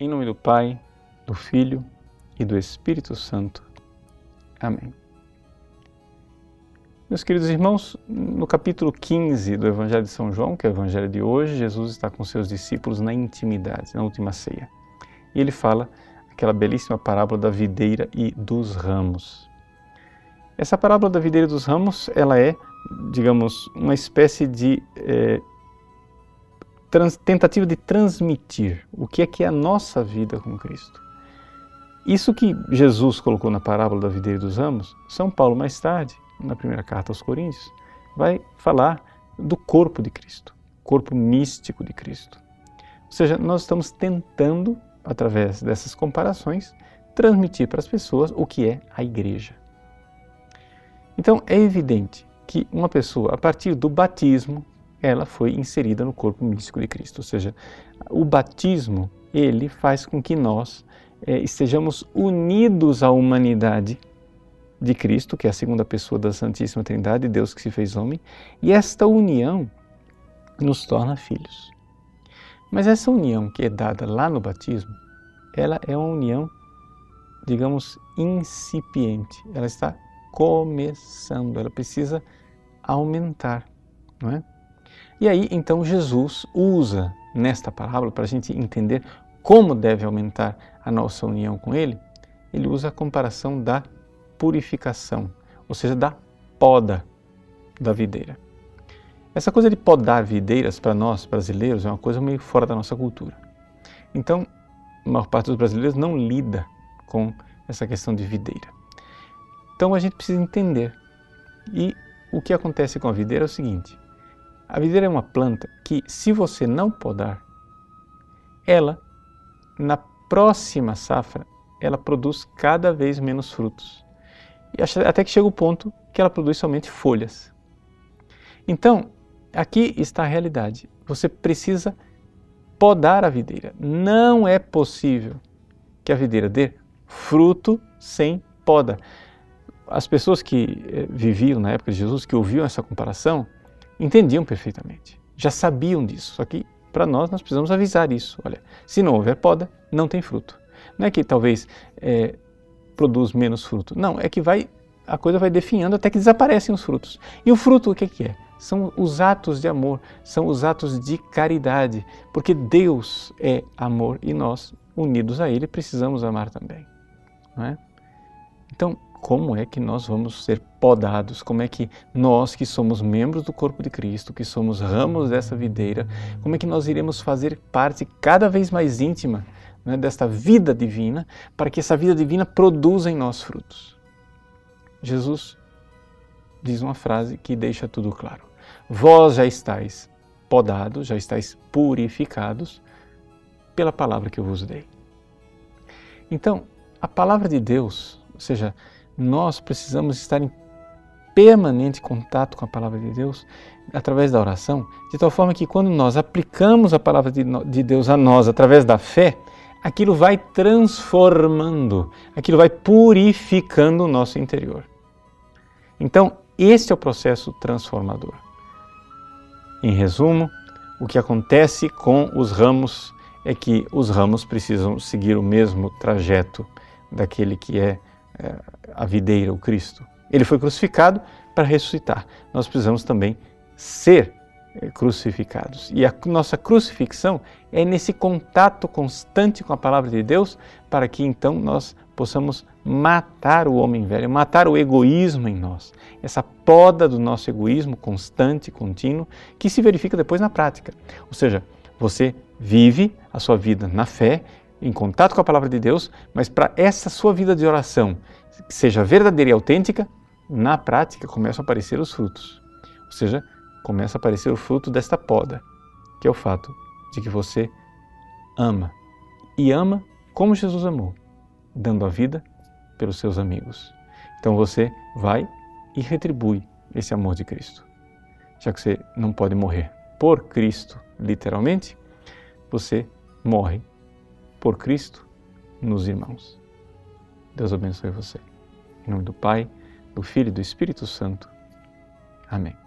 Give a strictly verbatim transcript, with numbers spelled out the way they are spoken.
Em nome do Pai, do Filho e do Espírito Santo. Amém. Meus queridos irmãos, no capítulo quinze do Evangelho de São João, que é o Evangelho de hoje, Jesus está com seus discípulos na intimidade, na última ceia. E ele fala aquela belíssima parábola da videira e dos ramos. Essa parábola da videira e dos ramos, ela é, digamos, uma espécie de é, trans, tentativa de transmitir o que é que é a nossa vida com Cristo. Isso que Jesus colocou na parábola da videira e dos ramos, São Paulo mais tarde, na primeira carta aos Coríntios, vai falar do corpo de Cristo, corpo místico de Cristo. Ou seja, nós estamos tentando, através dessas comparações, transmitir para as pessoas o que é a igreja. Então, é evidente que uma pessoa, a partir do batismo, ela foi inserida no corpo místico de Cristo. Ou seja, o batismo, ele faz com que nós é, estejamos unidos à humanidade de Cristo, que é a segunda pessoa da Santíssima Trindade, Deus que se fez homem, e esta união nos torna filhos. Mas essa união que é dada lá no batismo, ela é uma união, digamos, incipiente. Ela está começando, ela precisa aumentar, não é? E aí, então, Jesus usa nesta parábola, para a gente entender como deve aumentar a nossa união com Ele, ele usa a comparação da purificação, ou seja, da poda da videira. Essa coisa de podar videiras para nós brasileiros é uma coisa meio fora da nossa cultura. Então, a maior parte dos brasileiros não lida com essa questão de videira. Então a gente precisa entender. E o que acontece com a videira é o seguinte: a videira é uma planta que, se você não podar, ela, na próxima safra, ela produz cada vez menos frutos. E até que chega o ponto que ela produz somente folhas. Então, aqui está a realidade. Você precisa podar a videira. Não é possível que a videira dê fruto sem poda. As pessoas que eh, viviam na época de Jesus, que ouviam essa comparação, entendiam perfeitamente. Já sabiam disso. Só que, para nós, nós precisamos avisar isso. Olha, se não houver poda, não tem fruto. Não é que talvez é, produz menos fruto. Não, é que vai, a coisa vai definhando até que desaparecem os frutos. E o fruto, o que que é? São os atos de amor, são os atos de caridade, porque Deus é amor e nós, unidos a Ele, precisamos amar também. Não é? Então, como é que nós vamos ser podados? Como é que nós, que somos membros do corpo de Cristo, que somos ramos dessa videira, como é que nós iremos fazer parte cada vez mais íntima, né, desta vida divina, para que essa vida divina produza em nós frutos? Jesus diz uma frase que deixa tudo claro. Vós já estáis podados, já estáis purificados pela palavra que eu vos dei. Então, a palavra de Deus, ou seja, nós precisamos estar em permanente contato com a palavra de Deus através da oração, de tal forma que quando nós aplicamos a palavra de Deus a nós através da fé, aquilo vai transformando, aquilo vai purificando o nosso interior. Então, este é o processo transformador. Em resumo, o que acontece com os ramos é que os ramos precisam seguir o mesmo trajeto daquele que é, é a videira, o Cristo. Ele foi crucificado para ressuscitar. Nós precisamos também ser crucificados. E a nossa crucifixão é nesse contato constante com a palavra de Deus, para que então nós possamos matar o homem velho, matar o egoísmo em nós. Essa poda do nosso egoísmo constante, contínuo, que se verifica depois na prática. Ou seja, você vive a sua vida na fé, em contato com a palavra de Deus, mas para essa sua vida de oração que seja verdadeira e autêntica, na prática começam a aparecer os frutos. Ou seja, começa a aparecer o fruto desta poda, que é o fato de que você ama. E ama como Jesus amou, dando a vida pelos seus amigos. Então você vai e retribui esse amor de Cristo. Já que você não pode morrer por Cristo, literalmente, você morre por Cristo nos irmãos. Deus abençoe você. Em nome do Pai, do Filho e do Espírito Santo. Amém.